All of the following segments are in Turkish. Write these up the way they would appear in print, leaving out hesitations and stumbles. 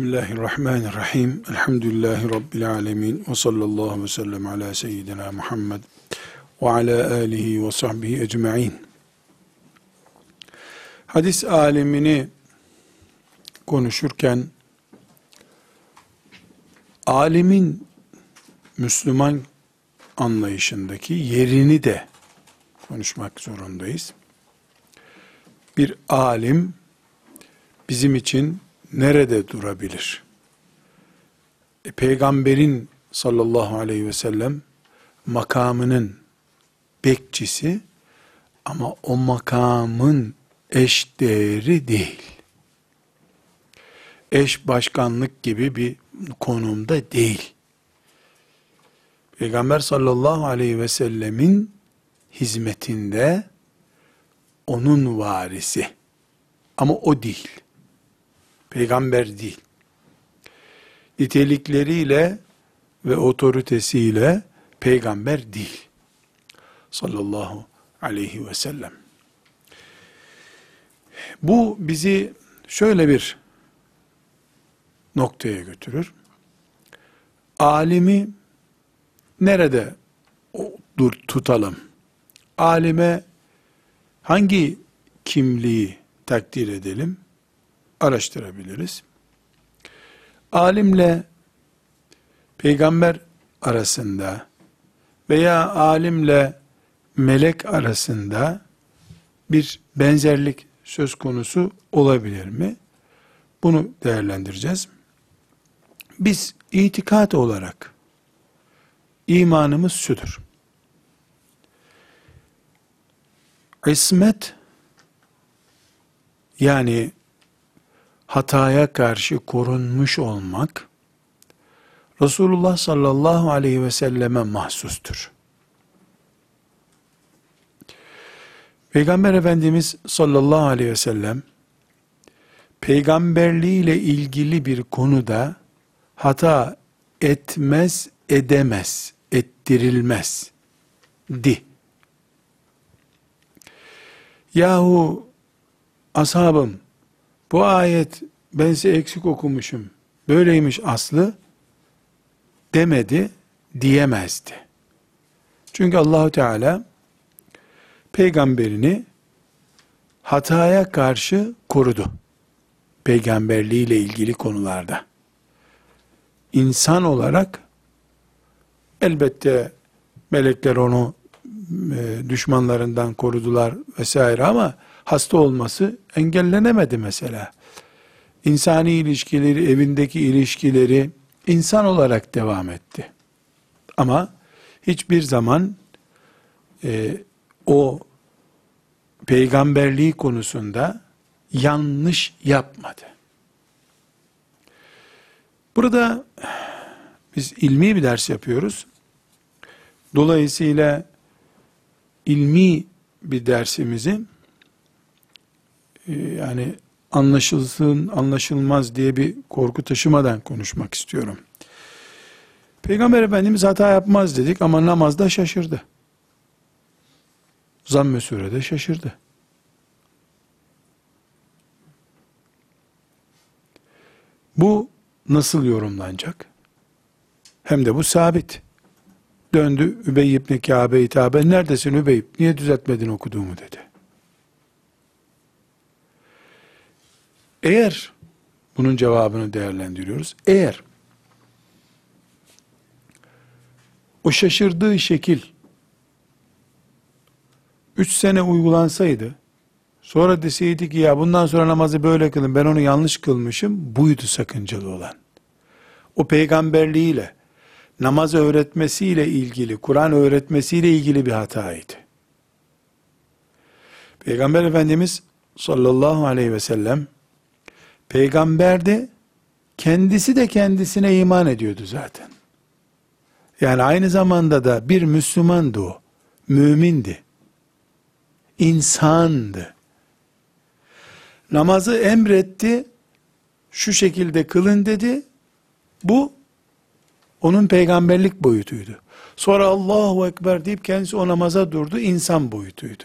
Bismillahirrahmanirrahim. Elhamdülillahi Rabbil alemin. Ve sallallahu ve sellem ala seyyidina Muhammed ve ala alihi ve sahbihi ecma'in. Hadis alemini konuşurken, alimin Müslüman anlayışındaki yerini de konuşmak zorundayız. Bir alim bizim için nerede durabilir? Peygamberin sallallahu aleyhi ve sellem makamının bekçisi ama o makamın eşdeğeri değil. Eş başkanlık gibi bir konumda değil. Peygamber sallallahu aleyhi ve sellemin hizmetinde onun varisi. Ama o değil. Peygamber değil. Nitelikleriyle ve otoritesiyle peygamber değil. Sallallahu aleyhi ve sellem. Bu bizi şöyle bir noktaya götürür. Alimi nerede tutalım? Alime hangi kimliği takdir edelim? Araştırabiliriz. Alimle peygamber arasında veya alimle melek arasında bir benzerlik söz konusu olabilir mi? Bunu değerlendireceğiz. Biz itikat olarak imanımız şudur. İsmet, yani hataya karşı korunmuş olmak, Resulullah sallallahu aleyhi ve selleme mahsustur. Peygamber Efendimiz sallallahu aleyhi ve sellem, peygamberliğiyle ilgili bir konuda hata etmez, edemez, ettirilmez di. Yahu ashabım, bu ayet ben size eksik okumuşum, böyleymiş aslı demedi, diyemezdi. Çünkü Allahu Teala peygamberini hataya karşı korudu. Peygamberliğiyle ilgili konularda. İnsan olarak elbette melekler onu düşmanlarından korudular vesaire ama hasta olması engellenemedi mesela. İnsani ilişkileri, evindeki ilişkileri insan olarak devam etti. Ama hiçbir zaman o peygamberliği konusunda yanlış yapmadı. Burada biz ilmi bir ders yapıyoruz. Dolayısıyla ilmi bir dersimizi yani anlaşılsın, anlaşılmaz diye bir korku taşımadan konuşmak istiyorum. Peygamber Efendimiz hata yapmaz dedik ama namazda şaşırdı. Zamm-ı Sure'de şaşırdı. Bu nasıl yorumlanacak? Hem de bu sabit. Döndü Übey ibn Kâb'e hitaben, neredesin Übey? Niye düzeltmedin okuduğumu dedi. Eğer, bunun cevabını değerlendiriyoruz. Eğer o şaşırdığı şekil 3 sene uygulansaydı, sonra deseydi ki ya bundan sonra namazı böyle kılın, ben onu yanlış kılmışım, buydu sakıncalı olan. O peygamberliğiyle, namaz öğretmesiyle ilgili, Kur'an öğretmesiyle ilgili bir hataydı. Peygamber Efendimiz sallallahu aleyhi ve sellem peygamberdi, kendisi de kendisine iman ediyordu zaten. Yani aynı zamanda da bir Müslümandı o, mümindi, insandı. Namazı emretti, şu şekilde kılın dedi, bu onun peygamberlik boyutuydu. Sonra Allahu Ekber deyip kendisi o namaza durdu, insan boyutuydu.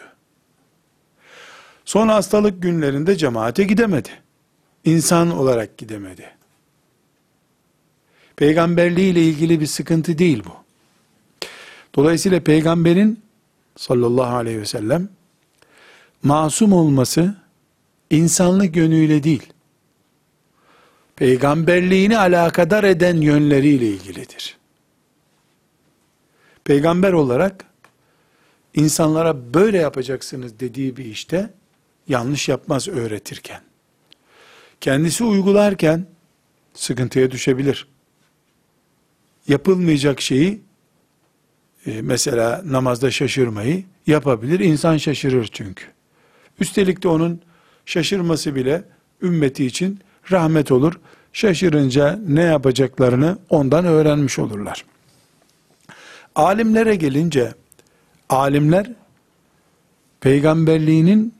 Son hastalık günlerinde cemaate gidemedi. İnsan olarak gidemedi. Peygamberliği ile ilgili bir sıkıntı değil bu. Dolayısıyla peygamberin sallallahu aleyhi ve sellem masum olması insanlık yönüyle değil, peygamberliğini alakadar eden yönleriyle ilgilidir. Peygamber olarak insanlara böyle yapacaksınız dediği bir işte yanlış yapmaz öğretirken. Kendisi uygularken sıkıntıya düşebilir. Yapılmayacak şeyi, mesela namazda şaşırmayı yapabilir. İnsan şaşırır çünkü. Üstelik de onun şaşırması bile ümmeti için rahmet olur. Şaşırınca ne yapacaklarını ondan öğrenmiş olurlar. Alimlere gelince, alimler peygamberliğinin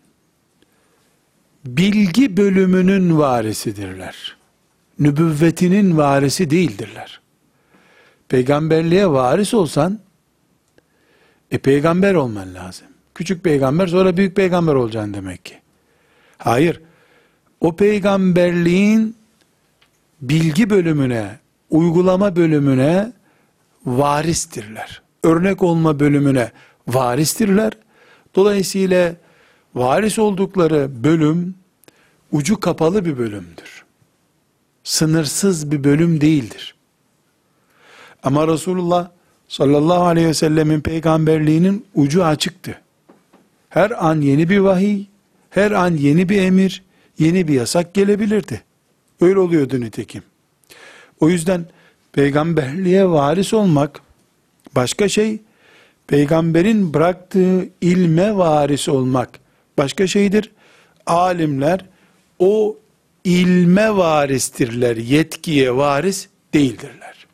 bilgi bölümünün varisidirler. Nübüvvetinin varisi değildirler. Peygamberliğe varis olsan, peygamber olman lazım. Küçük peygamber sonra büyük peygamber olacaksın demek ki. Hayır, o peygamberliğin bilgi bölümüne, uygulama bölümüne varistirler. Örnek olma bölümüne varistirler. Dolayısıyla varis oldukları bölüm ucu kapalı bir bölümdür. Sınırsız bir bölüm değildir. Ama Resulullah sallallahu aleyhi ve sellemin peygamberliğinin ucu açıktı. Her an yeni bir vahiy, her an yeni bir emir, yeni bir yasak gelebilirdi. Öyle oluyordu nitekim. O yüzden peygamberliğe varis olmak başka şey, peygamberin bıraktığı ilme varis olmak başka şeydir. Alimler o ilme varistirler, yetkiye varis değildirler.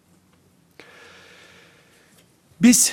Biz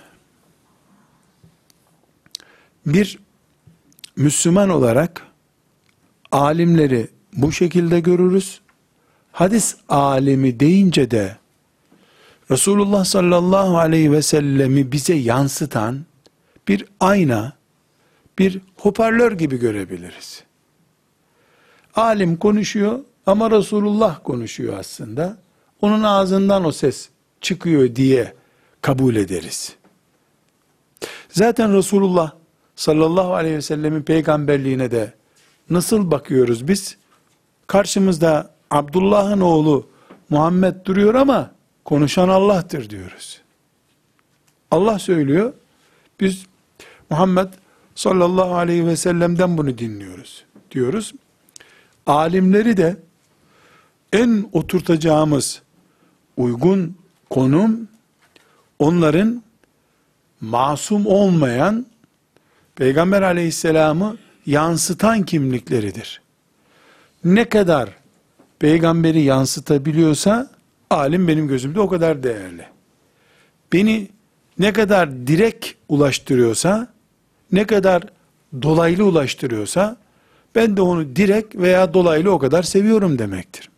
bir Müslüman olarak alimleri bu şekilde görürüz. Hadis alimi deyince de Resulullah sallallahu aleyhi ve sellemi bize yansıtan bir ayna, bir hoparlör gibi görebiliriz. Alim konuşuyor ama Resulullah konuşuyor aslında. Onun ağzından o ses çıkıyor diye kabul ederiz. Zaten Resulullah sallallahu aleyhi ve sellemin peygamberliğine de nasıl bakıyoruz biz? Karşımızda Abdullah'ın oğlu Muhammed duruyor ama konuşan Allah'tır diyoruz. Allah söylüyor. Biz Muhammed sallallahu aleyhi ve sellem'den bunu dinliyoruz diyoruz. Alimleri de en oturtacağımız uygun konum onların masum olmayan Peygamber aleyhisselamı yansıtan kimlikleridir. Ne kadar peygamberi yansıtabiliyorsa alim benim gözümde o kadar değerli. Beni ne kadar direkt ulaştırıyorsa, ne kadar dolaylı ulaştırıyorsa ben de onu direkt veya dolaylı o kadar seviyorum demektir.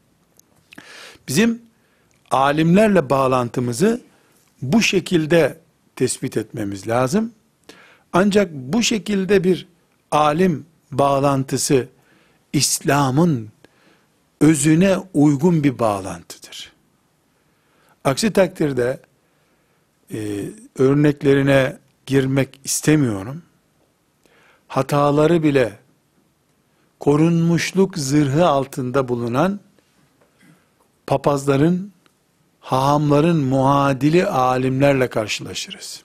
Bizim alimlerle bağlantımızı bu şekilde tespit etmemiz lazım. Ancak bu şekilde bir alim bağlantısı İslam'ın özüne uygun bir bağlantıdır. Aksi takdirde örneklerine girmek istemiyorum. Hataları bile korunmuşluk zırhı altında bulunan papazların, hahamların muadili alimlerle karşılaşırız.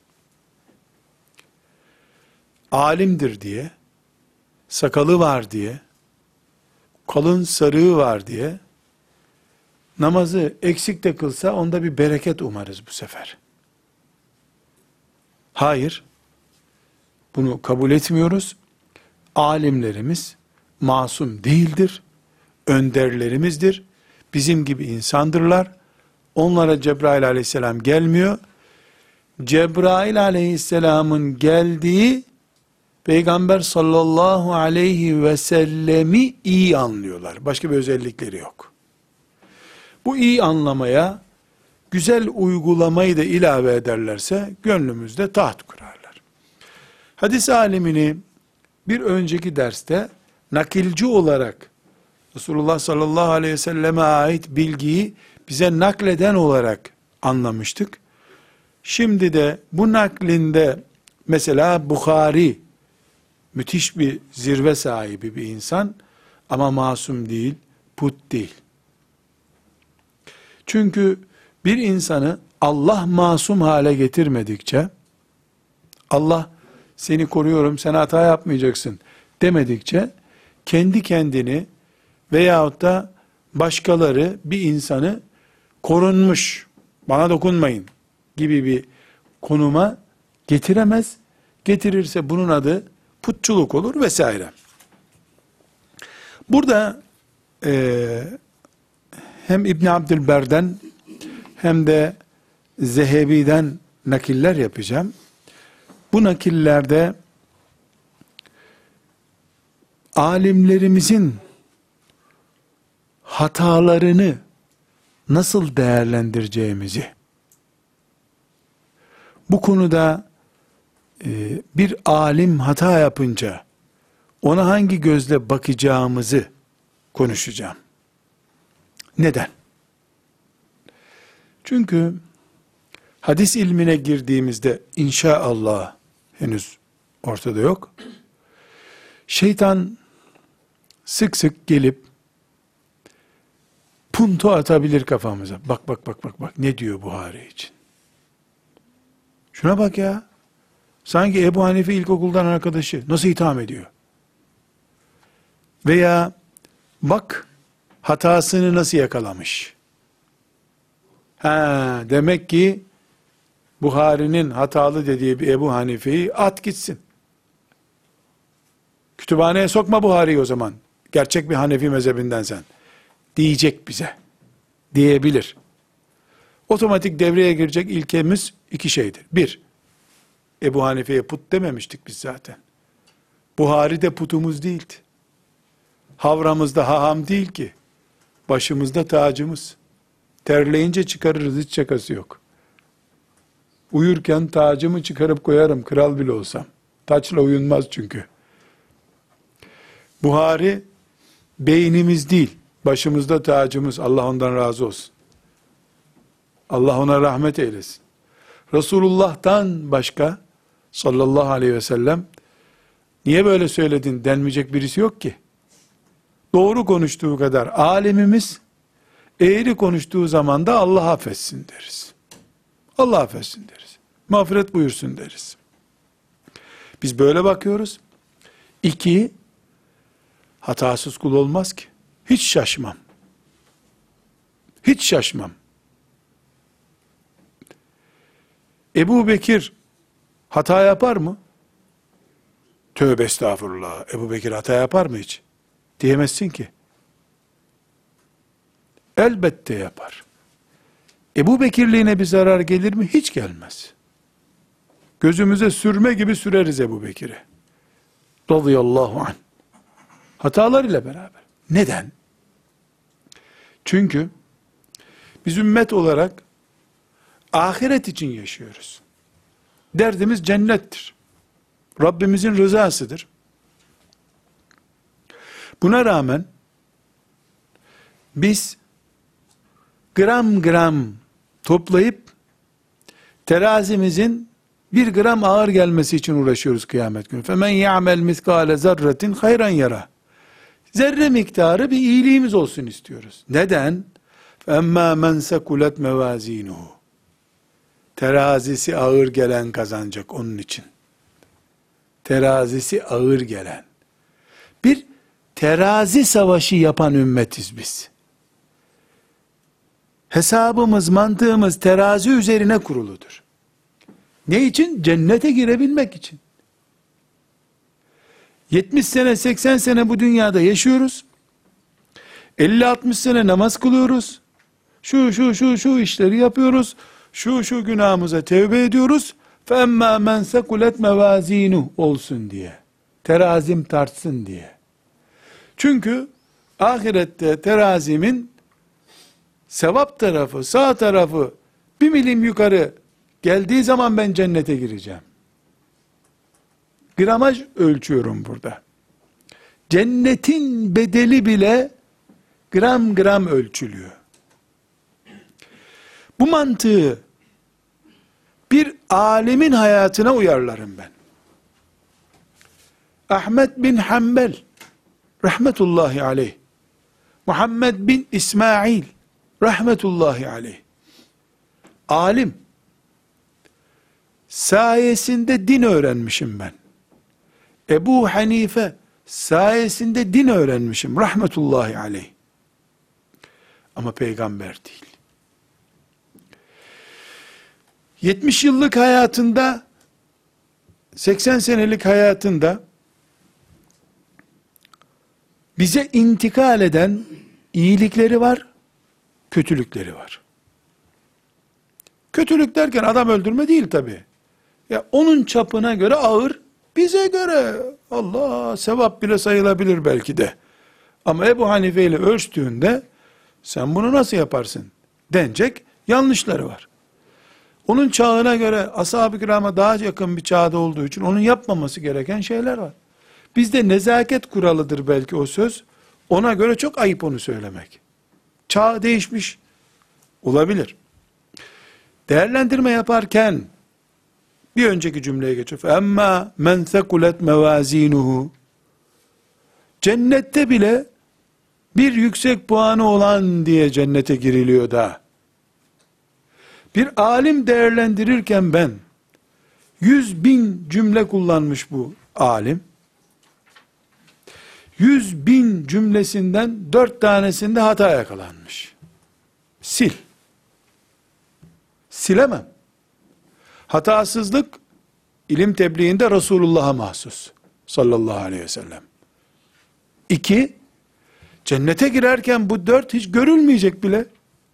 Alimdir diye, sakalı var diye, kalın sarığı var diye, namazı eksik de kılsa onda bir bereket umarız bu sefer. Hayır, bunu kabul etmiyoruz. Alimlerimiz masum değildir, önderlerimizdir, bizim gibi insandırlar. Onlara Cebrail aleyhisselam gelmiyor. Cebrail aleyhisselamın geldiği Peygamber sallallahu aleyhi ve sellemi iyi anlıyorlar. Başka bir özellikleri yok. Bu iyi anlamaya güzel uygulamayı da ilave ederlerse gönlümüzde taht kurarlar. Hadis alimini bir önceki derste nakilci olarak Resulullah sallallahu aleyhi ve selleme ait bilgiyi bize nakleden olarak anlamıştık. Şimdi de bu naklinde mesela Bukhari müthiş bir zirve sahibi bir insan ama masum değil, put değil. Çünkü bir insanı Allah masum hale getirmedikçe, Allah seni koruyorum, sen hata yapmayacaksın demedikçe, kendi kendini veyahut da başkaları bir insanı korunmuş, bana dokunmayın gibi bir konuma getiremez. Getirirse bunun adı putçuluk olur vesaire. Burada hem İbn Abdülber'den hem de Zehebi'den nakiller yapacağım. Bu nakillerde alimlerimizin hatalarını nasıl değerlendireceğimizi, bu konuda bir alim hata yapınca ona hangi gözle bakacağımızı konuşacağım. Neden? Çünkü hadis ilmine girdiğimizde inşallah henüz ortada yok. Şeytan sık sık gelip punto atabilir kafamıza. Bak ne diyor Buhari için. Şuna bak ya. Sanki Ebu Hanife ilkokuldan arkadaşı. Nasıl itham ediyor? Veya bak hatasını nasıl yakalamış. Demek ki Buhari'nin hatalı dediği bir Ebu Hanife'yi at gitsin. Kütüphaneye sokma Buhari'yi o zaman. Gerçek bir Hanefi mezhebinden sen. Diyecek bize. Diyebilir. Otomatik devreye girecek ilkemiz iki şeydir. Bir, Ebu Hanife'ye put dememiştik biz zaten. Buhari de putumuz değildi. Havramızda haham değil ki. Başımızda tacımız. Terleyince çıkarırız, hiç şakası yok. Uyurken tacımı çıkarıp koyarım, kral bile olsam. Taçla uyunmaz çünkü. Buhari beynimiz değil, başımızda tacımız. Allah ondan razı olsun. Allah ona rahmet eylesin. Resulullah'tan başka sallallahu aleyhi ve sellem niye böyle söyledin denmeyecek birisi yok ki. Doğru konuştuğu kadar alimimiz, eğri konuştuğu zaman da Allah affetsin deriz. Allah affetsin deriz. Mağfiret buyursun deriz. Biz böyle bakıyoruz. İki, hatasız kul olmaz ki. Hiç şaşmam. Hiç şaşmam. Ebu Bekir hata yapar mı? Tövbe estağfurullah. Ebu Bekir hata yapar mı hiç? Diyemezsin ki. Elbette yapar. Ebu Bekirliğine bir zarar gelir mi? Hiç gelmez. Gözümüze sürme gibi süreriz Ebu Bekir'i. Radıyallahu anh. Hatalarıyla beraber. Neden? Çünkü biz ümmet olarak ahiret için yaşıyoruz. Derdimiz cennettir. Rabbimizin rızasıdır. Buna rağmen biz gram gram toplayıp terazimizin bir gram ağır gelmesi için uğraşıyoruz kıyamet günü. فَمَنْ يَعْمَلْ مِثْقَالَ زَرَّةٍ خَيْرًا يَرَى. Zerre miktarı bir iyiliğimiz olsun istiyoruz. Neden? فَاَمَّا مَنْ سَكُلَتْ مَوَازِينُهُ. Terazisi ağır gelen kazanacak onun için. Terazisi ağır gelen. Bir terazi savaşı yapan ümmetiz biz. Hesabımız, mantığımız terazi üzerine kuruludur. Ne için? Cennete girebilmek için. 70 sene, 80 sene bu dünyada yaşıyoruz. 50-60 sene namaz kılıyoruz. Şu işleri yapıyoruz. Şu günahımıza tevbe ediyoruz. فَاَمَّا مَنْ سَكُلَتْ مَوَازِينُ olsun diye. Terazim tartsın diye. Çünkü ahirette terazimin sevap tarafı, sağ tarafı bir milim yukarı geldiği zaman ben cennete gireceğim. Gramaj ölçüyorum burada. Cennetin bedeli bile gram gram ölçülüyor. Bu mantığı bir alemin hayatına uyarlarım ben. Ahmed bin Hanbel rahmetullahi aleyh, Muhammed bin İsmail rahmetullahi aleyh, alim, sayesinde din öğrenmişim ben. Ebu Hanife sayesinde din öğrenmişim rahmetullahi aleyh. Ama peygamber değil. 70 yıllık hayatında, 80 senelik hayatında bize intikal eden iyilikleri var, kötülükleri var. Kötülük derken adam öldürme değil tabi. Ya onun çapına göre ağır, bize göre Allah sevap bile sayılabilir belki de. Ama Ebu Hanife ile ölçtüğünde sen bunu nasıl yaparsın denecek yanlışları var. Onun çağına göre ashab-ı kirama daha yakın bir çağda olduğu için onun yapmaması gereken şeyler var. Bizde nezaket kuralıdır belki o söz. Ona göre çok ayıp onu söylemek. Çağ değişmiş olabilir. Değerlendirme yaparken bir önceki cümleye geçiyor. Emma men thekulet mevazinuhu. Cennette bile bir yüksek puanı olan diye cennete giriliyor da. Bir alim değerlendirirken ben 100.000 cümle kullanmış bu alim. 100.000 cümlesinden 4 tanesinde hata yakalanmış. Sil. Silemem. Hatasızlık ilim tebliğinde Resulullah'a mahsus. Sallallahu aleyhi ve sellem. 2, cennete girerken bu 4 hiç görülmeyecek bile.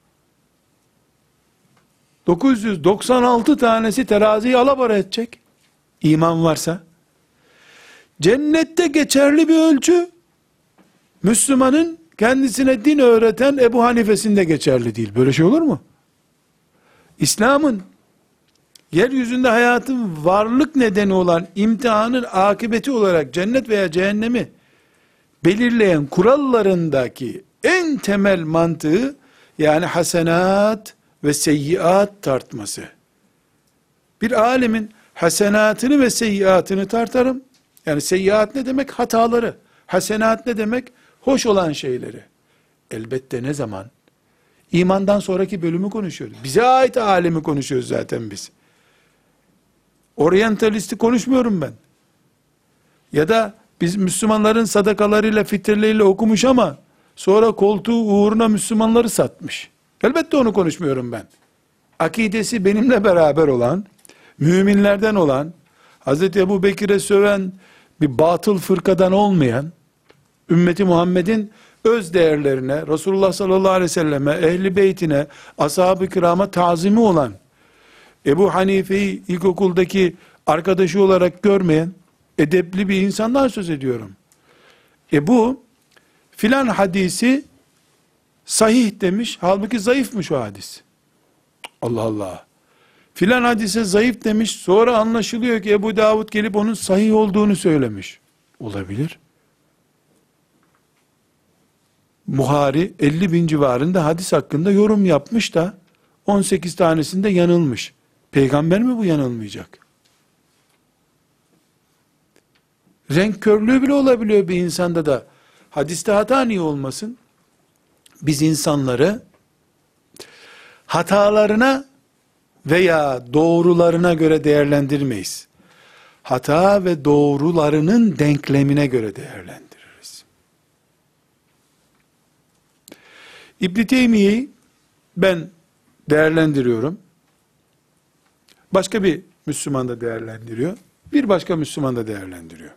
996 tanesi teraziyi alabora edecek. İman varsa. Cennette geçerli bir ölçü, Müslümanın kendisine din öğreten Ebu Hanife'sinde geçerli değil. Böyle şey olur mu? İslam'ın yeryüzünde hayatın varlık nedeni olan imtihanın akıbeti olarak cennet veya cehennemi belirleyen kurallarındaki en temel mantığı, yani hasenat ve seyyiat tartması. Bir alemin hasenatını ve seyyiatını tartarım. Yani seyyiat ne demek? Hataları. Hasenat ne demek? Hoş olan şeyleri. Elbette ne zaman? İmandan sonraki bölümü konuşuyoruz. Bize ait alemi konuşuyoruz zaten biz. Oryantalisti konuşmuyorum ben. Ya da biz Müslümanların sadakalarıyla, fitreleriyle okumuş ama sonra koltuğu uğruna Müslümanları satmış. Elbette onu konuşmuyorum ben. Akidesi benimle beraber olan, müminlerden olan, Hz. Ebu Bekir'e söven bir batıl fırkadan olmayan, ümmeti Muhammed'in öz değerlerine, Resulullah sallallahu aleyhi ve selleme, ehli beytine, ashab-ı kirama tazimi olan, Ebu Hanife'yi ilkokuldaki arkadaşı olarak görmeyen, edepli bir insandan söz ediyorum. Bu, filan hadisi sahih demiş, halbuki zayıfmış o hadis. Allah Allah. Filan hadise zayıf demiş, sonra anlaşılıyor ki Ebu Davud gelip onun sahih olduğunu söylemiş. Olabilir. Buhari 50.000 civarında hadis hakkında yorum yapmış da 18 tanesinde yanılmış. Peygamber mi bu yanılmayacak? Renk körlüğü bile olabiliyor bir insanda da. Hadiste hata niye olmasın? Biz insanları hatalarına veya doğrularına göre değerlendirmeyiz. Hata ve doğrularının denklemine göre değerlendiririz. İbn Teymiye'yi ben değerlendiriyorum. Başka bir Müslüman da değerlendiriyor. Bir başka Müslüman da değerlendiriyor.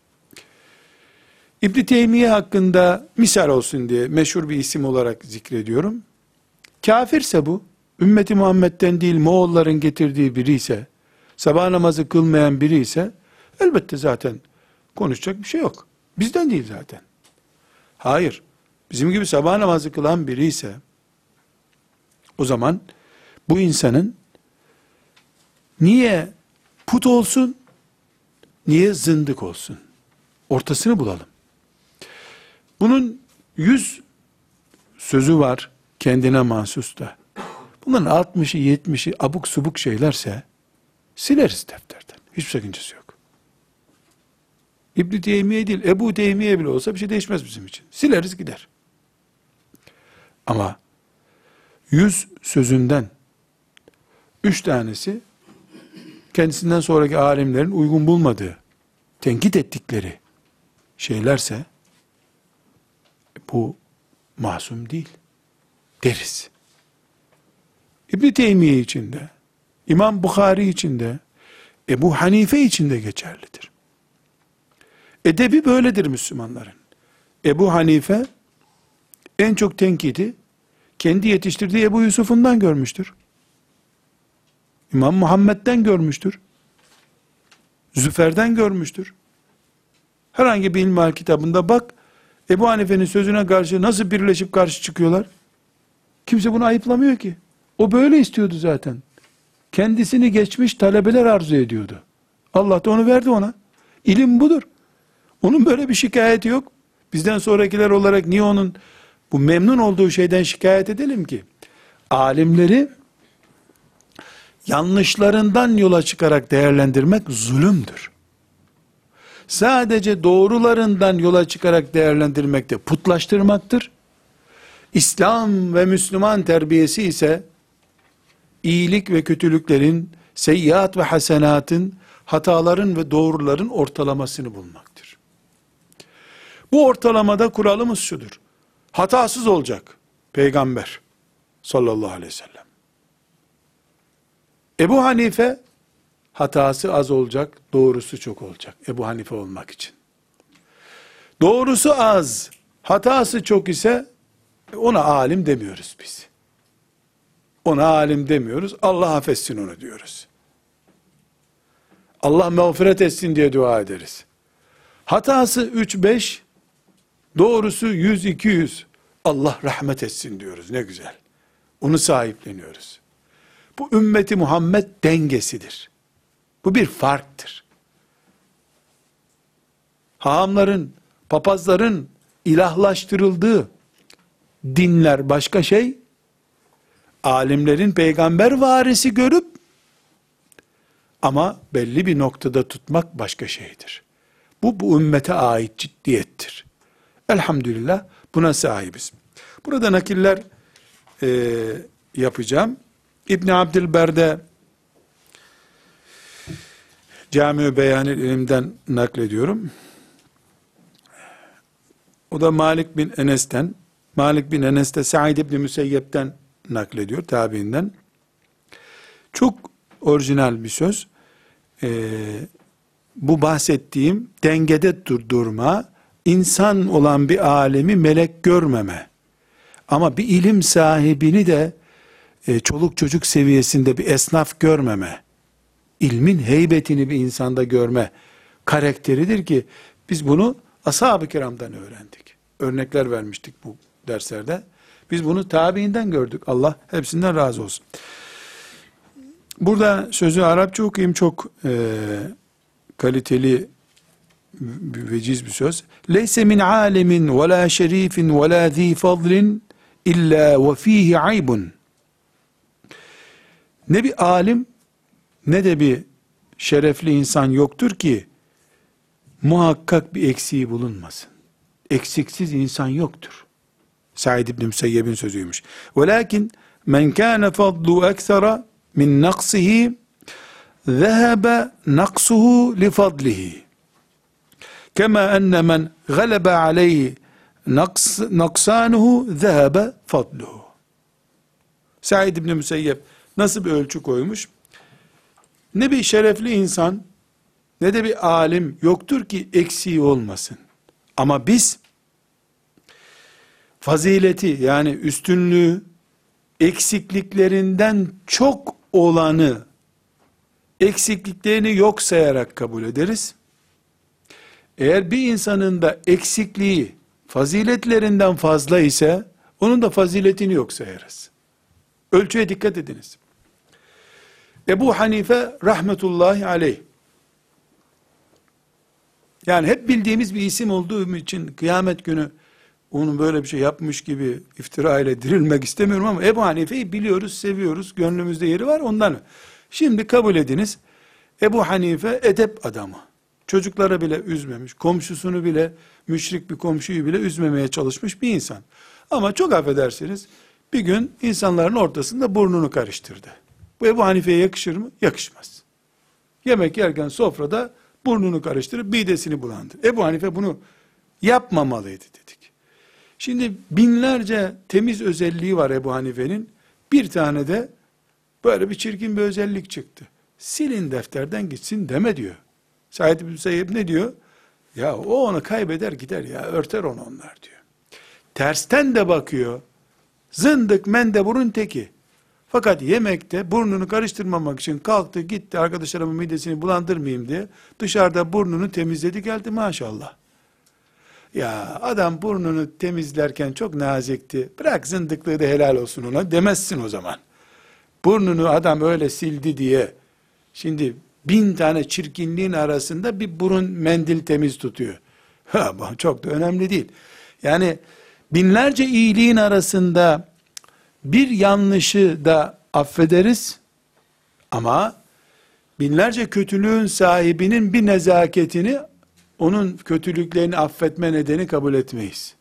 İbn Teymiye hakkında misal olsun diye meşhur bir isim olarak zikrediyorum. Kafirse bu, ümmeti Muhammed'den değil Moğolların getirdiği biri ise, sabah namazı kılmayan biri ise, elbette zaten konuşacak bir şey yok. Bizden değil zaten. Hayır, bizim gibi sabah namazı kılan biri ise, o zaman bu insanın niye put olsun, niye zındık olsun? Ortasını bulalım. Bunun 100 sözü var kendine mahsus da. Bunların 60'ı 70'i abuk subuk şeylerse sileriz defterden. Hiçbir sakıncası yok. İbn-i Teymiye değil, Ebu Teymiye bile olsa bir şey değişmez bizim için. Sileriz gider. Ama 100 sözünden 3 tanesi kendisinden sonraki alimlerin uygun bulmadığı, tenkit ettikleri şeylerse bu masum değil deriz. İbn-i Teymiye için de, İmam Bukhari için de, Ebu Hanife için de geçerlidir. Edebi böyledir Müslümanların. Ebu Hanife en çok tenkidi kendi yetiştirdiği Ebu Yusuf'undan görmüştür. İmam Muhammed'den görmüştür. Züfer'den görmüştür. Herhangi bir ilmihal kitabında bak, Ebu Hanife'nin sözüne karşı nasıl birleşip karşı çıkıyorlar? Kimse bunu ayıplamıyor ki. O böyle istiyordu zaten. Kendisini geçmiş talebeler arzu ediyordu. Allah da onu verdi ona. İlim budur. Onun böyle bir şikayeti yok. Bizden sonrakiler olarak niye onun bu memnun olduğu şeyden şikayet edelim ki? Alimleri yanlışlarından yola çıkarak değerlendirmek zulümdür. Sadece doğrularından yola çıkarak değerlendirmek de putlaştırmaktır. İslam ve Müslüman terbiyesi ise iyilik ve kötülüklerin, seyyiat ve hasenatın, hataların ve doğruların ortalamasını bulmaktır. Bu ortalamada kuralımız şudur: hatasız olacak Peygamber sallallahu aleyhi ve sellem. Ebu Hanife hatası az olacak, doğrusu çok olacak Ebu Hanife olmak için. Doğrusu az, hatası çok ise ona alim demiyoruz biz. Ona alim demiyoruz, Allah affetsin onu diyoruz. Allah mağfiret etsin diye dua ederiz. Hatası 3-5, doğrusu 100-200, Allah rahmet etsin diyoruz, ne güzel. Onu sahipleniyoruz. Bu ümmeti Muhammed dengesidir. Bu bir farktır. Hahamların, papazların ilahlaştırıldığı dinler başka şey, alimlerin peygamber varisi görüp ama belli bir noktada tutmak başka şeydir. Bu ümmete ait ciddiyettir. Elhamdülillah buna sahibiz. Burada nakiller yapacağım. İbn Abdülber'de Cami-i Beyanil İlim'den naklediyorum. O da Malik bin Enes'ten, Malik bin Enes de Sa'id ibn Müseyyep'ten naklediyor, tabiinden. Çok orijinal bir söz. Bu bahsettiğim dengede durma, insan olan bir alemi melek görmeme, ama bir ilim sahibini de çoluk çocuk seviyesinde bir esnaf görmeme, ilmin heybetini bir insanda görme karakteridir ki biz bunu ashab-ı kiramdan öğrendik. Örnekler vermiştik bu derslerde. Biz bunu tabiinden gördük. Allah hepsinden razı olsun. Burada sözü Arapça okuyayım, çok kaliteli, veciz bir söz. Leyse min alemin ve la şerifin ve la zi fadlin illa ve fihi aybun. Ne bir alim ne de bir şerefli insan yoktur ki muhakkak bir eksiği bulunmasın. Eksiksiz insan yoktur. Said İbn Müseyyeb'in sözüymüş. Velakin men kana fadlu eksara min naqsihi zehebe naqsuhu li fadlihi. Kema enne men galebe aleyhi naksanuhu zehebe fadluhu. Said İbn Müseyyeb nasıl bir ölçü koymuş? Ne bir şerefli insan ne de bir alim yoktur ki eksiği olmasın. Ama biz fazileti, yani üstünlüğü eksikliklerinden çok olanı eksikliklerini yok sayarak kabul ederiz. Eğer bir insanın da eksikliği faziletlerinden fazla ise onun da faziletini yok sayarız. Ölçüye dikkat ediniz. Ebu Hanife rahmetullahi aleyh, yani hep bildiğimiz bir isim olduğu için kıyamet günü onun böyle bir şey yapmış gibi iftira ile dirilmek istemiyorum ama Ebu Hanife'yi biliyoruz, seviyoruz, gönlümüzde yeri var ondan. Şimdi kabul ediniz, Ebu Hanife edep adamı. Çocuklara bile üzmemiş, komşusunu bile, müşrik bir komşuyu bile üzmemeye çalışmış bir insan. Ama çok affedersiniz, bir gün insanların ortasında burnunu karıştırdı. Bu Ebu Hanife'ye yakışır mı? Yakışmaz. Yemek yerken sofrada burnunu karıştırıp midesini bulandı. Ebu Hanife bunu yapmamalıydı dedik. Şimdi binlerce temiz özelliği var Ebu Hanife'nin. Bir tane de böyle bir çirkin bir özellik çıktı. Silin defterden gitsin deme diyor. Said ibn Müseyyep ne diyor? Ya o onu kaybeder gider ya, örter onu onlar diyor. Tersten de bakıyor. Zındık mendeburun teki. Fakat yemekte burnunu karıştırmamak için kalktı gitti, arkadaşlarımın midesini bulandırmayayım diye dışarıda burnunu temizledi geldi maşallah. Ya adam burnunu temizlerken çok nazikti. Bırak zındıklığı da helal olsun ona demezsin o zaman. Burnunu adam öyle sildi diye şimdi 1000 tane çirkinliğin arasında bir burun mendil temiz tutuyor. Ha, bu çok da önemli değil. Yani binlerce iyiliğin arasında bir yanlışı da affederiz ama binlerce kötülüğün sahibinin bir nezaketini, onun kötülüklerini affetme nedeni kabul etmeyiz.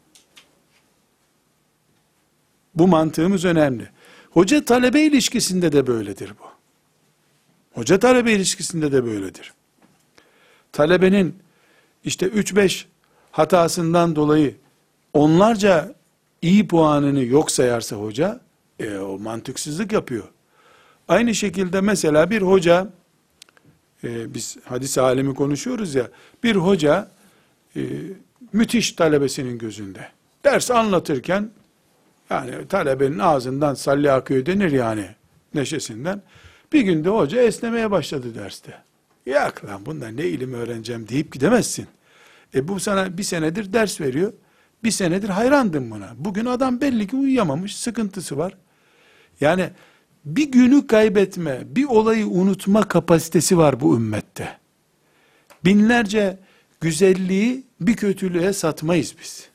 Bu mantığımız önemli. Hoca talebe ilişkisinde de böyledir bu. Hoca talebe ilişkisinde de böyledir. Talebenin işte 3-5 hatasından dolayı onlarca iyi puanını yok sayarsa hoca, o mantıksızlık yapıyor. Aynı şekilde mesela bir hoca, biz hadis alemi konuşuyoruz ya, bir hoca müthiş talebesinin gözünde. Ders anlatırken, yani talebenin ağzından salli akıyor denir yani neşesinden. Bir günde hoca esnemeye başladı derste. Yak lan bundan ne ilim öğreneceğim deyip gidemezsin. Bu sana bir senedir ders veriyor. Bir senedir hayrandım buna. Bugün adam belli ki uyuyamamış, sıkıntısı var. Yani bir günü kaybetme, bir olayı unutma kapasitesi var bu ümmette. Binlerce güzelliği bir kötülüğe satmayız biz.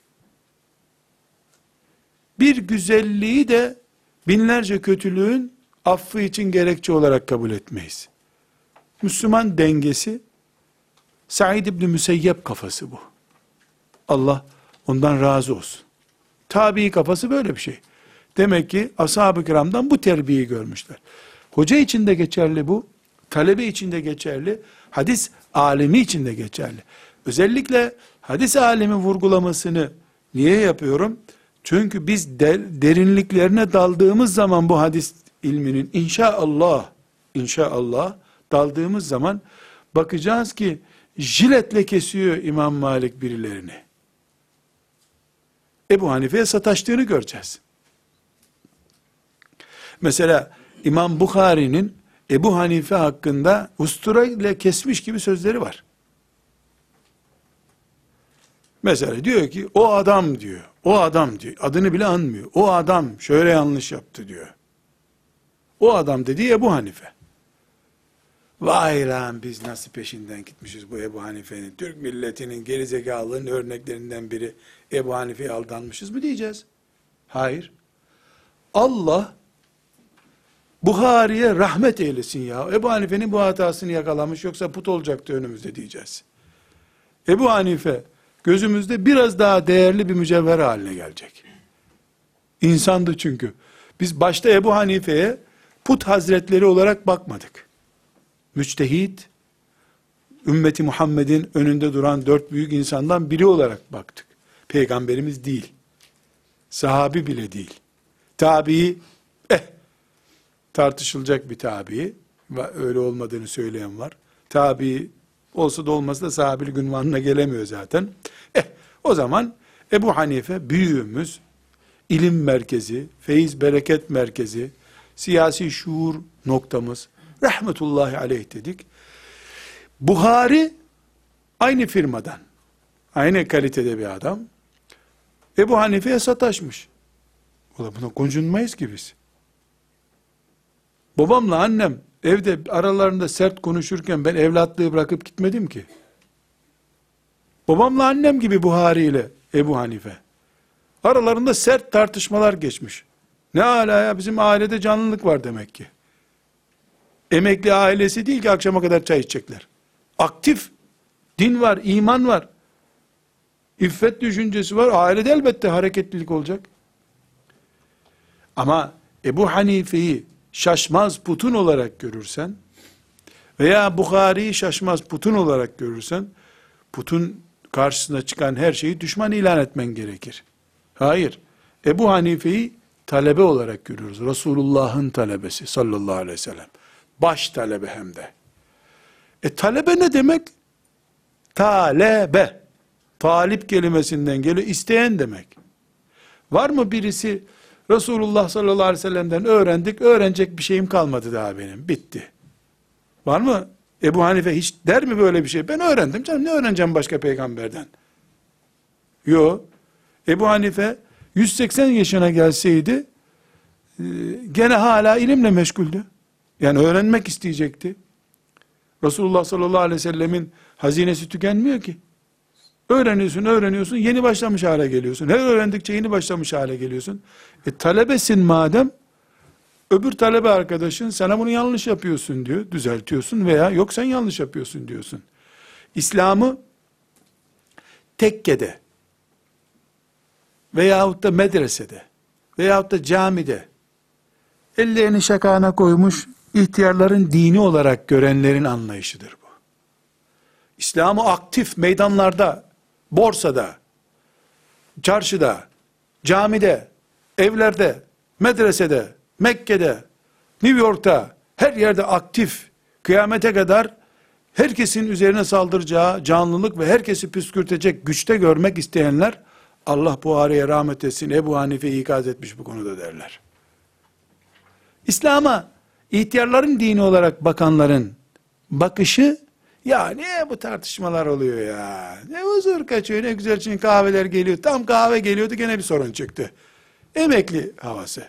Bir güzelliği de binlerce kötülüğün affı için gerekçe olarak kabul etmeyiz. Müslüman dengesi, Said ibn Müseyyep kafası bu. Allah ondan razı olsun. Tabii kafası böyle bir şey. Demek ki ashab-ı kiramdan bu terbiyeyi görmüşler. Hoca için de geçerli bu, talebe için de geçerli, hadis alimi için de geçerli. Özellikle hadis alimi vurgulamasını niye yapıyorum? Çünkü biz derinliklerine daldığımız zaman bu hadis ilminin inşallah daldığımız zaman bakacağız ki jiletle kesiyor İmam Malik birilerini. Ebu Hanife'ye sataştığını göreceğiz. Mesela İmam Bukhari'nin Ebu Hanife hakkında ustura ile kesmiş gibi sözleri var. Mesela diyor ki o adam diyor. Adını bile anmıyor. O adam şöyle yanlış yaptı diyor. O adam dediği Ebu Hanife. Vay lan biz nasıl peşinden gitmişiz bu Ebu Hanife'nin. Türk milletinin gerizekalılığının örneklerinden biri Ebu Hanife'ye aldanmışız mı diyeceğiz? Hayır. Allah Buhari'ye rahmet eylesin ya. Ebu Hanife'nin bu hatasını yakalamış yoksa put olacaktı önümüzde diyeceğiz. Ebu Hanife gözümüzde biraz daha değerli bir mücevher haline gelecek. İnsandı çünkü. Biz başta Ebu Hanife'ye put hazretleri olarak bakmadık. Müçtehit, ümmeti Muhammed'in önünde duran 4 büyük insandan biri olarak baktık. Peygamberimiz değil. Sahabi bile değil. Tabii, tartışılacak bir tabii. Öyle olmadığını söyleyen var. Tabii olsa da olmasa da sahabilik ünvanına gelemiyor zaten. O zaman Ebu Hanife büyüğümüz, ilim merkezi, feyiz bereket merkezi, siyasi şuur noktamız, rahmetullahi aleyh dedik. Buhari aynı firmadan, aynı kalitede bir adam. Ebu Hanife'ye sataşmış. Buna gocunmayız ki biz. Babamla annem evde aralarında sert konuşurken ben evlatlığı bırakıp gitmedim ki. Babamla annem gibi Buhari ile Ebu Hanife. Aralarında sert tartışmalar geçmiş. Ne ala ya, bizim ailede canlılık var demek ki. Emekli ailesi değil ki akşama kadar çay içecekler. Aktif, din var, iman var. İffet düşüncesi var. Ailede elbette hareketlilik olacak. Ama Ebu Hanife'yi şaşmaz putun olarak görürsen veya Bukhari'yi şaşmaz putun olarak görürsen, putun karşısına çıkan her şeyi düşman ilan etmen gerekir. Hayır. Ebu Hanife'yi talebe olarak görüyoruz. Resulullah'ın talebesi sallallahu aleyhi ve sellem. Baş talebe hem de. Talebe ne demek? Talebe. Talip kelimesinden geliyor. İsteyen demek. Var mı birisi Resulullah sallallahu aleyhi ve sellem'den öğrendik, öğrenecek bir şeyim kalmadı daha benim, bitti. Var mı? Ebu Hanife hiç der mi böyle bir şey? Ben öğrendim canım, ne öğreneceğim başka peygamberden? Yok. Ebu Hanife 180 yaşına gelseydi gene hala ilimle meşguldü. Yani öğrenmek isteyecekti. Resulullah sallallahu aleyhi ve sellemin hazinesi tükenmiyor ki. Öğreniyorsun, yeni başlamış hale geliyorsun. Her öğrendikçe yeni başlamış hale geliyorsun. Talebesin madem, öbür talebe arkadaşın sana bunu yanlış yapıyorsun diyor, düzeltiyorsun veya yok sen yanlış yapıyorsun diyorsun. İslam'ı tekkede veyahut da medresede veyahut da camide ellerini şakağına koymuş ihtiyarların dini olarak görenlerin anlayışıdır bu. İslam'ı aktif meydanlarda, borsada, çarşıda, camide, evlerde, medresede, Mekke'de, New York'ta, her yerde aktif, kıyamete kadar herkesin üzerine saldıracağı canlılık ve herkesi püskürtecek güçte görmek isteyenler, Allah Buhari'ye rahmet etsin, Ebu Hanife'yi ikaz etmiş bu konuda derler. İslam'a ihtiyarların dini olarak bakanların bakışı, ya ne bu tartışmalar oluyor ya, ne huzur kaçıyor, ne güzel için kahveler geliyor, tam kahve geliyordu gene bir sorun çıktı. Emekli havası.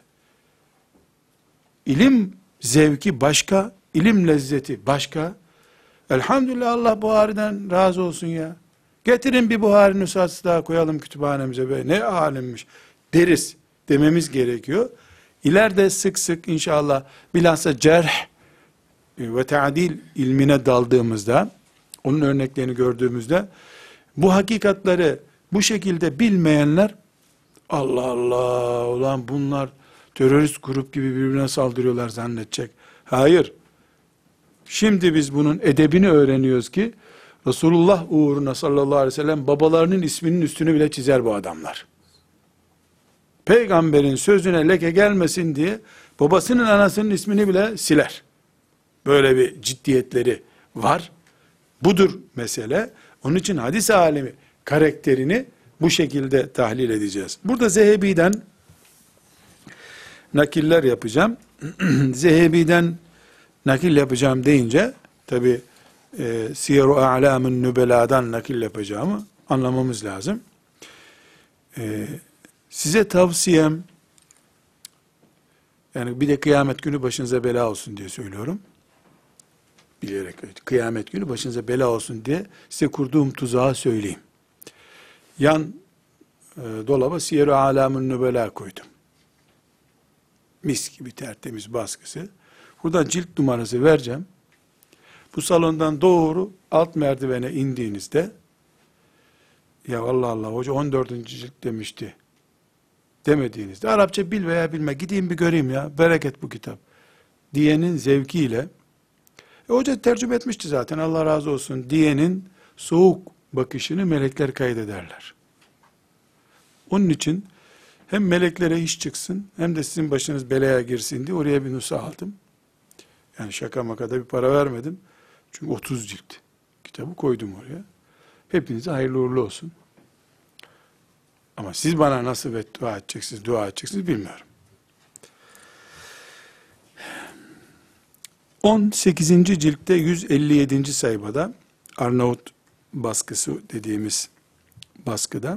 İlim zevki başka, ilim lezzeti başka. Elhamdülillah, Allah Buhari'den razı olsun ya. Getirin bir Buhari nüshası daha koyalım kütüphanemize, be ne alimmiş deriz, dememiz gerekiyor. İleride sık sık inşallah bilhassa cerh ve ta'dil ilmine daldığımızda, onun örneklerini gördüğümüzde, bu hakikatleri bu şekilde bilmeyenler, Allah Allah, ulan bunlar terörist grup gibi birbirine saldırıyorlar zannedecek. Hayır. Şimdi biz bunun edebini öğreniyoruz ki, Resulullah uğruna sallallahu aleyhi ve sellem babalarının isminin üstünü bile çizer bu adamlar. Peygamberin sözüne leke gelmesin diye babasının anasının ismini bile siler. Böyle bir ciddiyetleri var. Budur mesele. Onun için hadis alemi karakterini bu şekilde tahlil edeceğiz. Burada Zehebi'den nakiller yapacağım. Zehebi'den nakil yapacağım deyince tabi Siyer-u A'lam'ın Nübela'dan nakil yapacağımı anlamamız lazım. Size tavsiyem, yani bir de kıyamet günü başınıza bela olsun diye söylüyorum. Bilerek, kıyamet günü başınıza bela olsun diye size kurduğum tuzağı söyleyeyim. Yan dolaba Siyer-u A'lam'ın Nübela koydum. Mis gibi tertemiz baskısı. Buradan cilt numarası vereceğim. Bu salondan doğru alt merdivene indiğinizde, ya Allah Allah hoca 14. cilt demişti demediğinizde, Arapça bil veya bilme, gideyim bir göreyim ya, bereket bu kitap diyenin zevkiyle, hoca tercüme etmişti zaten Allah razı olsun diyenin soğuk bakışını melekler kaydederler. Onun için hem meleklere iş çıksın, hem de sizin başınız belaya girsin diye oraya bir nüsha aldım. Yani şaka makada bir para vermedim. Çünkü 30 cilt kitabı koydum oraya. Hepinize hayırlı uğurlu olsun. Ama siz bana nasıl dua edeceksiniz bilmiyorum. 18. ciltte 157. sayfada, Arnavut baskısı dediğimiz baskıda,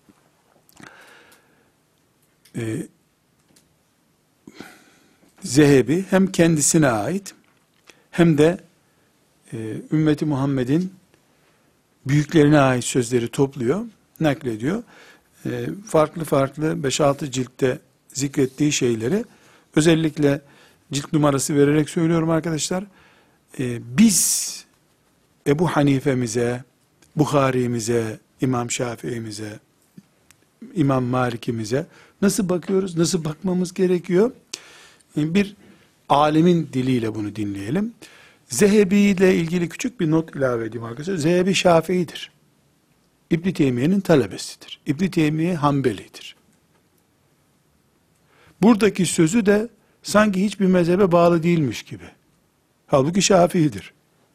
Zehebi hem kendisine ait hem de ümmeti Muhammed'in büyüklerine ait sözleri topluyor, naklediyor. farklı farklı 5-6 ciltte zikrettiği şeyleri özellikle cilt numarası vererek söylüyorum arkadaşlar. Biz Ebu Hanife'mize, Bukhari'mize, İmam Şafii'mize, İmam Malik'imize nasıl bakıyoruz, nasıl bakmamız gerekiyor? Bir alimin diliyle bunu dinleyelim. Zehebi ile ilgili küçük bir not ilave edeyim arkadaşlar. Zehebi Şafii'dir. İbn Teymiye'nin talebesidir. İbn Teymiye Hanbeli'dir. Buradaki sözü de sanki hiçbir mezhebe bağlı değilmiş gibi. Halbuki Şafii'dir.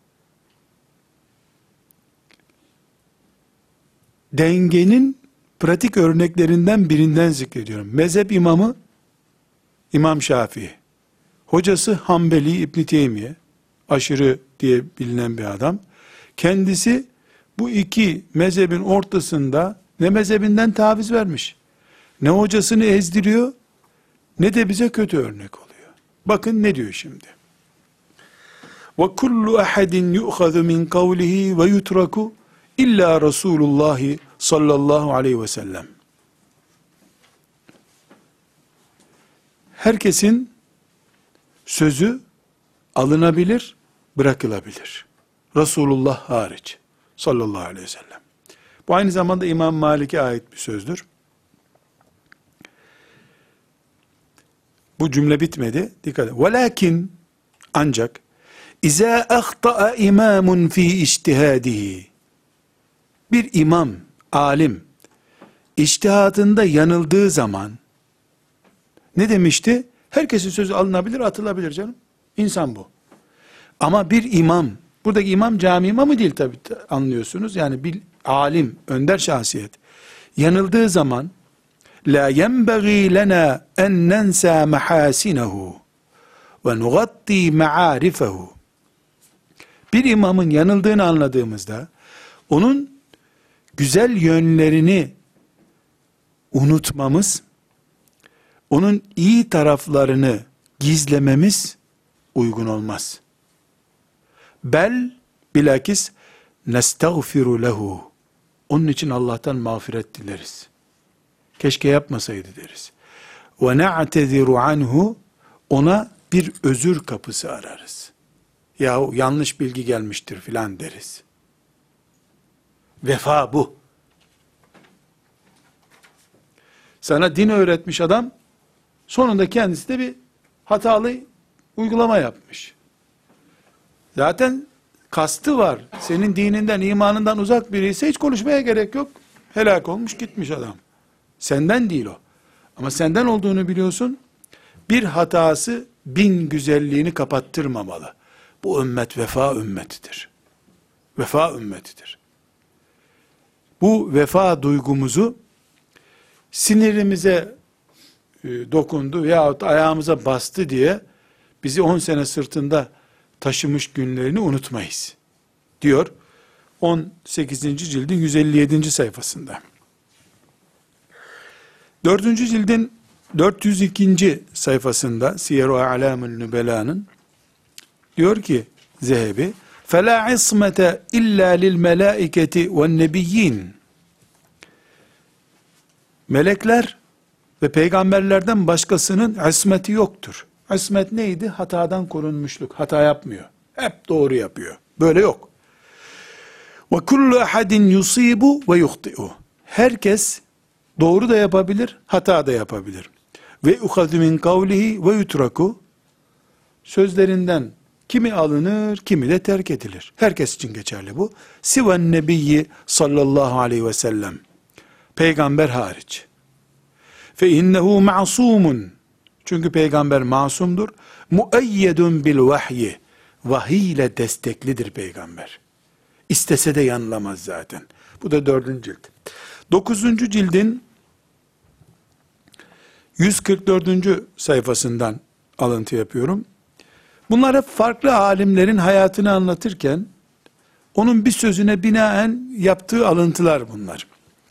Dengenin pratik örneklerinden birinden zikrediyorum. Mezhep imamı İmam Şafii. Hocası Hanbeli İbn Teymiye. Aşırı diye bilinen bir adam. Kendisi bu iki mezhebin ortasında ne mezhebinden taviz vermiş, ne hocasını ezdiriyor, ne de bize kötü örnek oluyor. Bakın ne diyor şimdi. وَكُلُّ أَحَدٍ يُؤْخَذُ مِنْ قَوْلِهِ وَيُتْرَكُ İlla Resulullah sallallahu aleyhi ve sellem. Herkesin sözü alınabilir, bırakılabilir. Resulullah hariç sallallahu aleyhi ve sellem. Bu aynı zamanda İmam Malik'e ait bir sözdür. Bu cümle bitmedi. Dikkat edin. Velakin ancak İza ahta'a imamun fi ictihadihi. Bir imam, alim, içtihatında yanıldığı zaman, ne demişti? Herkesin sözü alınabilir, atılabilir canım. İnsan bu. Ama bir imam, buradaki imam cami imamı değil tabi, anlıyorsunuz. Yani bir alim, önder şahsiyet, yanıldığı zaman, la yenbagî lena en nensa mahâsinehu ve nugatti ma'arifehu. Bir imamın yanıldığını anladığımızda, onun güzel yönlerini unutmamız, onun iyi taraflarını gizlememiz uygun olmaz. Bel bilakis nestağfiru lehu. Onun için Allah'tan mağfiret dileriz. Keşke yapmasaydı deriz. Ve na'teziru anhu. Ona bir özür kapısı ararız. Yahu yanlış bilgi gelmiştir filan deriz. Vefa bu. Sana din öğretmiş adam, sonunda kendisi de bir hatalı uygulama yapmış. Zaten kastı var. Senin dininden, imanından uzak biri ise hiç konuşmaya gerek yok. Helak olmuş gitmiş adam. Senden değil o. Ama senden olduğunu biliyorsun. Bir hatası 1000 güzelliğini kapattırmamalı. Bu ümmet vefa ümmetidir. Vefa ümmetidir. Bu vefa duygumuzu sinirimize dokundu veyahut ayağımıza bastı diye bizi 10 sene sırtında taşımış günlerini unutmayız. Diyor 18. cildin 157. sayfasında. 4. cildin 402. sayfasında Siyer-i A'lamül Nübela'nın diyor ki Zehebi فَلَا عِصْمَةَ اِلَّا لِلْمَلَائِكَةِ وَالنَّبِيِّينَ. Melekler ve peygamberlerden başkasının ismeti yoktur. İsmet neydi? Hatadan korunmuşluk. Hata yapmıyor. Hep doğru yapıyor. Böyle yok. وَكُلُّ اَحَدٍ يُصِيبُ وَيُخْطِئُ. Herkes doğru da yapabilir, hata da yapabilir. Ve ukhadu min kavlihi ve yutraku. Sözlerinden kimi alınır, kimi de terk edilir. Herkes için geçerli bu. Siven nebiyyi sallallahu aleyhi ve sellem. Peygamber hariç. Fe innehu ma'sumun. Çünkü peygamber masumdur. Mueyyedun bil vahyi. Vahiy ile desteklidir peygamber. İstese de yanılamaz zaten. Bu da 4. cilt. 9. cildin 144. sayfasından alıntı yapıyorum. Bunlar hep farklı alimlerin hayatını anlatırken onun bir sözüne binaen yaptığı alıntılar bunlar.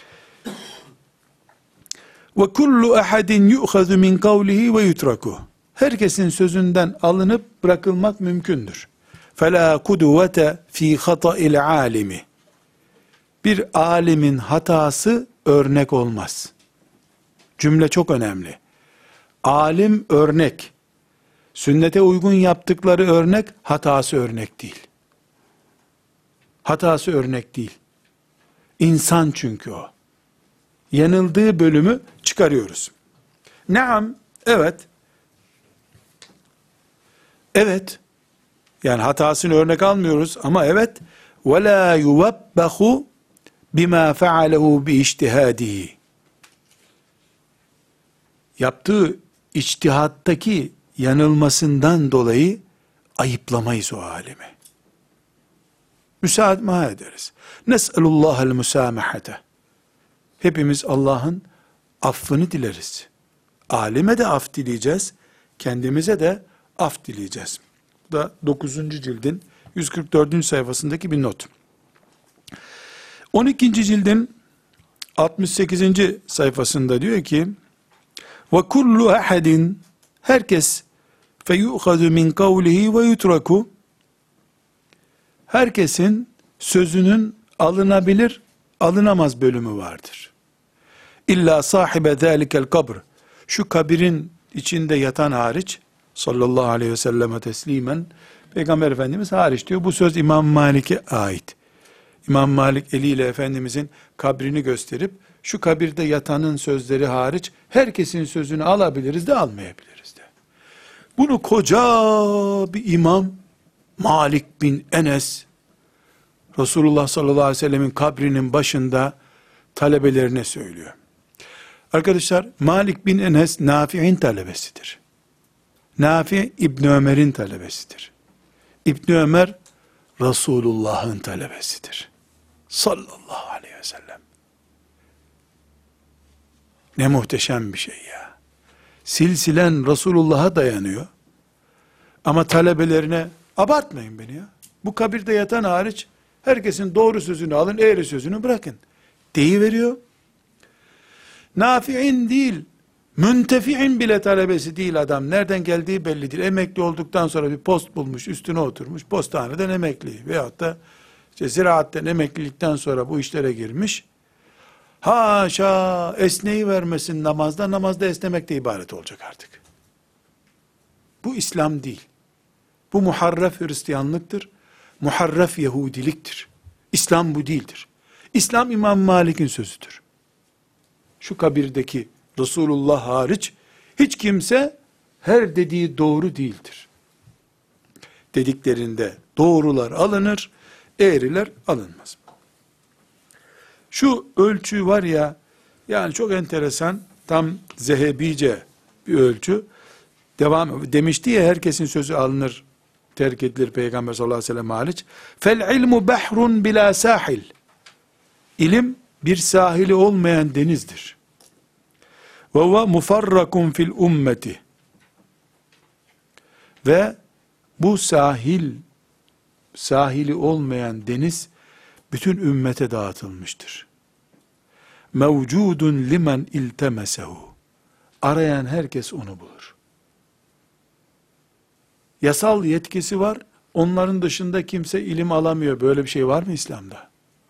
Ve kullu ahadin yu'khadu min kavlihi ve yutraku. Herkesin sözünden alınıp bırakılmak mümkündür. Fela kudvete fi hata'il alimi. Bir alimin hatası örnek olmaz. Cümle çok önemli. Alim örnek. Sünnete uygun yaptıkları örnek, hatası örnek değil. Hatası örnek değil. İnsan çünkü o. Yanıldığı bölümü çıkarıyoruz. Naam, evet. Evet. Yani hatasını örnek almıyoruz ama evet. وَلَا يُوَبَّخُ بِمَا فَعَلَهُ بِاِجْتِهَادِهِ. Yaptığı içtihattaki yanılmasından dolayı ayıplamayız o alemi. Müsaade ederiz. Nes'elullahel müsamahate. Hepimiz Allah'ın affını dileriz. Alime de af dileyeceğiz, kendimize de af dileyeceğiz. Bu da 9. cildin 144. sayfasındaki bir not. 12. cildin 68. sayfasında diyor ki: "Ve kullu ahadin", herkes, "feyu'khadu min kavlihi ve yutraku", herkesin sözünün alınabilir, alınamaz bölümü vardır. İlla sahibe zâlikel kabr, şu kabirin içinde yatan hariç, sallallahu aleyhi ve selleme teslimen, Peygamber Efendimiz hariç diyor. Bu söz İmam Malik'e ait. İmam Malik eliyle Efendimizin kabrini gösterip, şu kabirde yatanın sözleri hariç, herkesin sözünü alabiliriz de almayabiliriz de. Bunu koca bir imam, Malik bin Enes, Resulullah sallallahu aleyhi ve sellemin kabrinin başında talebelerine söylüyor. Arkadaşlar, Malik bin Enes, Nafi'in talebesidir. Nafi, İbn Ömer'in talebesidir. İbn Ömer, Resulullah'ın talebesidir. Sallallahu aleyhi ve sellem. Ne muhteşem bir şey ya. Silsilen Resulullah'a dayanıyor. Ama talebelerine, abartmayın beni ya. Bu kabirde yatan hariç, herkesin doğru sözünü alın, eğri sözünü bırakın deyiveriyor. Nafi'in değil, müntefi'in bile talebesi değil adam. Nereden geldiği belli değil. Emekli olduktan sonra bir post bulmuş, üstüne oturmuş. Postaneden emekli veyahut da işte ziraatten emeklilikten sonra bu işlere girmiş. Haşa, esneyi vermesin namazda, namazda esnemek de ibaret olacak artık. Bu İslam değil. Bu muharref Hristiyanlıktır. Muharref Yahudiliktir. İslam bu değildir. İslam İmam Malik'in sözüdür. Şu kabirdeki Resulullah hariç hiç kimse her dediği doğru değildir. Dediklerinde doğrular alınır, eğriler alınmaz. Şu ölçü var ya, yani çok enteresan, tam Zehebice bir ölçü. Demişti ya, herkesin sözü alınır, terk edilir Peygamber sallallahu aleyhi ve sellem hariç. Fel ilmu behrun bila sahil. İlim bir sahili olmayan denizdir. Ve huve mufarrakun fil ummeti. Ve bu sahili olmayan deniz bütün ümmete dağıtılmıştır. Mevcudun limen iltemesehu. Arayan herkes onu bulur. Yasal yetkisi var, onların dışında kimse ilim alamıyor. Böyle bir şey var mı İslam'da?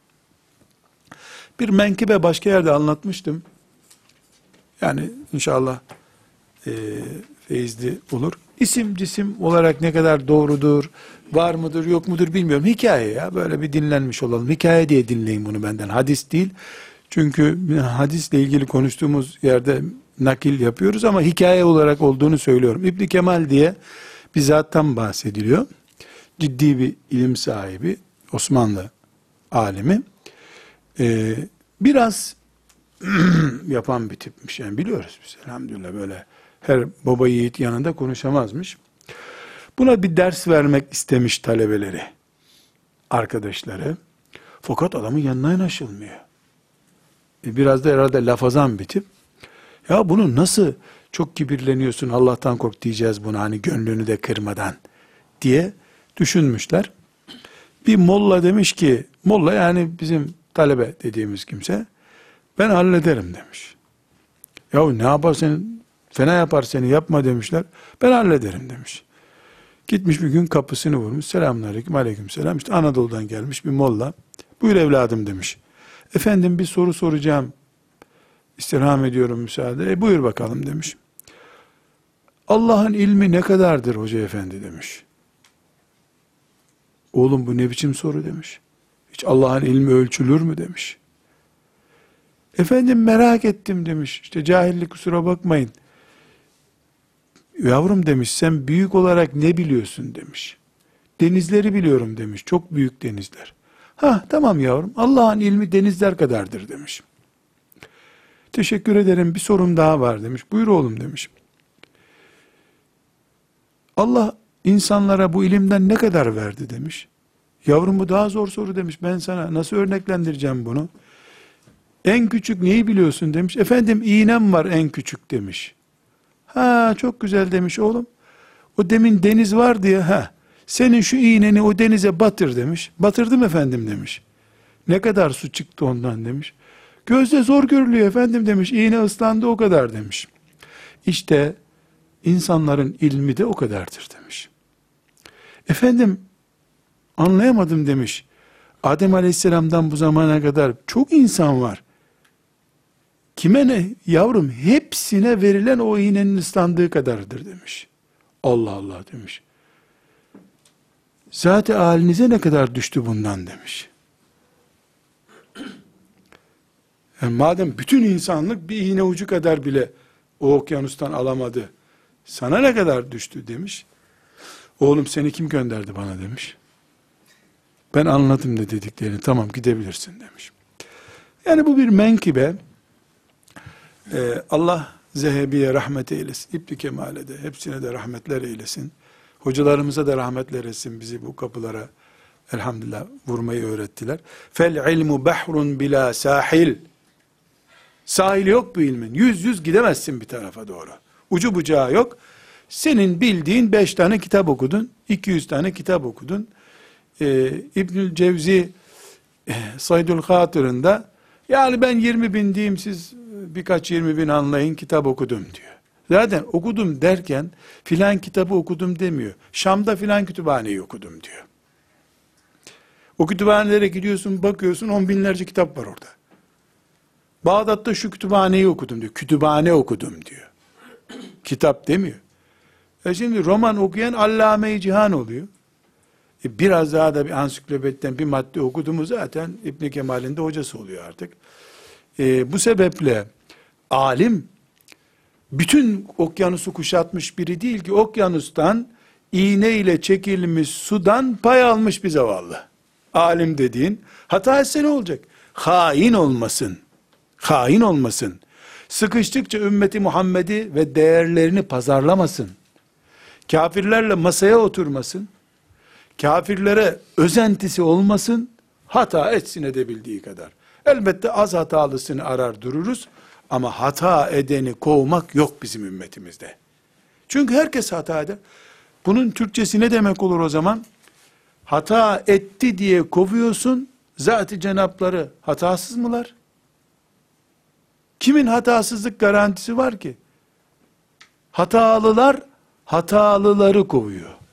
Bir menkıbe başka yerde anlatmıştım. Yani inşallah feyizli olur. İsim cisim olarak ne kadar doğrudur, var mıdır yok mudur bilmiyorum. Hikaye ya, böyle bir dinlenmiş olalım. Hikaye diye dinleyin bunu benden, hadis değil. Çünkü hadisle ilgili konuştuğumuz yerde nakil yapıyoruz ama hikaye olarak olduğunu söylüyorum. İbn Kemal diye bir zattan bahsediliyor. Ciddi bir ilim sahibi, Osmanlı alimi. Biraz yapan bir tipmiş, yani biliyoruz biz elhamdülillah, böyle her baba yiğit yanında konuşamazmış. Buna bir ders vermek istemiş talebeleri, arkadaşları. Fakat adamın yanına yanaşılmıyor. Biraz da herhalde lafazan bir tip. Ya bunu nasıl çok kibirleniyorsun, Allah'tan kork diyeceğiz buna, hani gönlünü de kırmadan diye düşünmüşler. Bir molla demiş ki, molla yani bizim talebe dediğimiz kimse, ben hallederim demiş. Yahu ne yapar seni, fena yapar seni, yapma demişler. Ben hallederim demiş. Gitmiş bir gün kapısını vurmuş. Selamünaleyküm, aleykümselam. İşte Anadolu'dan gelmiş bir molla. Buyur evladım demiş. Efendim bir soru soracağım. İstirham ediyorum müsaade. Buyur bakalım demiş. Allah'ın ilmi ne kadardır hoca efendi demiş. Oğlum bu ne biçim soru demiş. Hiç Allah'ın ilmi ölçülür mü demiş. Efendim merak ettim demiş. İşte cahillik kusura bakmayın. Yavrum demiş sen büyük olarak ne biliyorsun demiş. Denizleri biliyorum demiş. Çok büyük denizler. Ha tamam yavrum Allah'ın ilmi denizler kadardır demiş. Teşekkür ederim bir sorum daha var demiş. Buyur oğlum demiş. Allah insanlara bu ilimden ne kadar verdi demiş. Yavrum bu daha zor soru demiş. Ben sana nasıl örneklendireceğim bunu? En küçük neyi biliyorsun demiş. Efendim iğnem var en küçük demiş. Ha çok güzel demiş oğlum. O demin deniz var diye senin şu iğneni o denize batır demiş. Batırdım efendim demiş. Ne kadar su çıktı ondan demiş. Gözle zor görülüyor efendim demiş. İğne ıslandı o kadar demiş. İşte insanların ilmi de o kadardır demiş. Efendim anlayamadım demiş. Adem Aleyhisselam'dan bu zamana kadar çok insan var. Kime ne? Yavrum hepsine verilen o iğnenin ıslandığı kadardır demiş. Allah Allah demiş. Zat-ı halinize ne kadar düştü bundan demiş. Yani madem bütün insanlık bir iğne ucu kadar bile o okyanustan alamadı. Sana ne kadar düştü demiş. Oğlum seni kim gönderdi bana demiş. Ben anladım da dediklerini. Tamam gidebilirsin demiş. Yani bu bir menkıbe. Allah Zehebi'ye rahmet eylesin. İbn Kemal'e de hepsine de rahmetler eylesin. Hocalarımıza da rahmetler etsin. Bizi bu kapılara elhamdülillah vurmayı öğrettiler. Fel ilmu bahrun bila sahil. Sahil yok bu ilmin. Yüz gidemezsin bir tarafa doğru. Ucu bucağı yok. Senin bildiğin 5 tane kitap okudun. 200 tane kitap okudun. İbnül Cevzi Saydül Hatır'ında yani ben 20 bin diyeyim siz birkaç 20 bin anlayın kitap okudum diyor. Zaten okudum derken filan kitabı okudum demiyor. Şam'da filan kütüphaneyi okudum diyor. O kütüphanelere gidiyorsun bakıyorsun 10 binlerce kitap var orada. Bağdat'ta şu kütüphaneyi okudum diyor. Kütüphane okudum diyor. Kitap demiyor. Şimdi roman okuyan allame-i cihan oluyor. Biraz daha da bir ansiklopediden bir madde okudu mu zaten İbn Kemal'in de hocası oluyor artık. Bu sebeple alim bütün okyanusu kuşatmış biri değil ki okyanustan iğne ile çekilmiş sudan pay almış bir zavallı. Alim dediğin hata etse ne olacak? Hain olmasın. Hain olmasın. Sıkıştıkça ümmeti Muhammed'i ve değerlerini pazarlamasın. Kafirlerle masaya oturmasın. Kafirlere özentisi olmasın. Hata etsin edebildiği kadar. Elbette az hatalısını arar dururuz. Ama hata edeni kovmak yok bizim ümmetimizde. Çünkü herkes hata eder. Bunun Türkçesi ne demek olur o zaman? Hata etti diye kovuyorsun. Zat-ı cenapları hatasız mılar? Kimin hatasızlık garantisi var ki? Hatalılar hatalıları kovuyor.